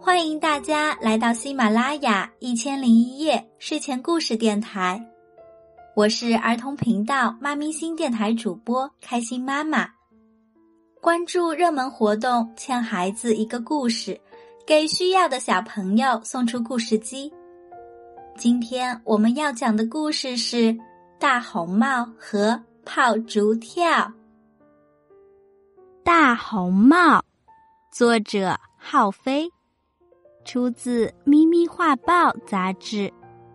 欢迎大家来到喜马拉雅1001夜睡前故事电台，我是儿童频道妈咪新电台主播开心妈妈。关注热门活动，欠孩子一个故事，给需要的小朋友送出故事机。今天我们要讲的故事是大红帽和炮竹跳。 大红帽，作者浩飞，出自《咪咪画报》杂志。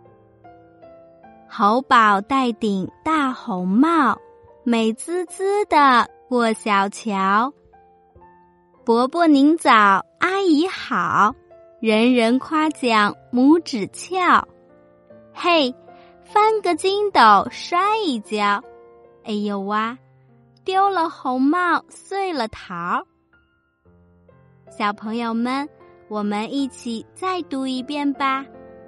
猴宝戴顶大红帽，美滋滋地过小桥。伯伯您早，阿姨好，人人夸奖拇指翘。嘿，翻个筋斗摔一跤，哎呦哇，丢了红帽碎了桃。小朋友们，我们一起再读一遍吧。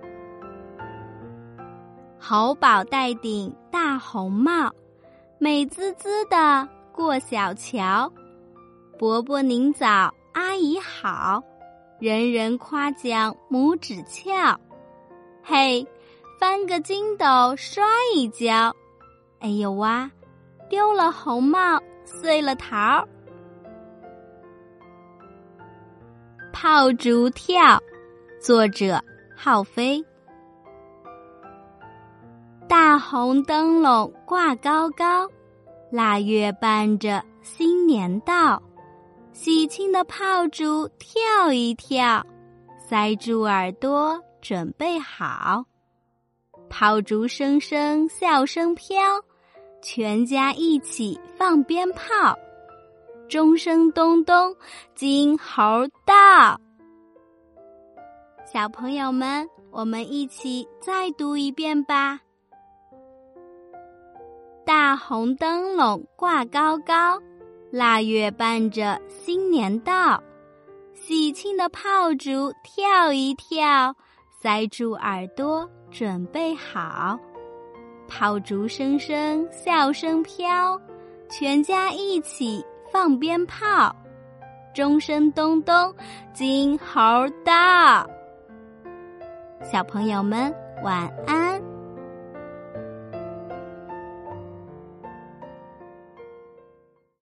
猴宝戴顶大红帽，美滋滋地过小桥。伯伯您早，阿姨好，人人夸奖拇指翘。嘿，翻个筋斗摔一跤，哎呦哇，丢了红帽碎了桃。炮竹跳，作者浩飞。大红灯笼挂高高，腊月伴着新年到。喜庆的炮竹跳一跳，塞住耳朵准备好。炮竹声声笑声飘，全家一起放鞭炮。钟声咚咚，金猴到。小朋友们，我们一起再读一遍吧。大红灯笼挂高高，腊月伴着新年到。喜庆的炮竹跳一跳，塞住耳朵准备好。炮竹声声笑声飘，全家一起放鞭炮。钟声咚咚，金猴到。小朋友们晚安。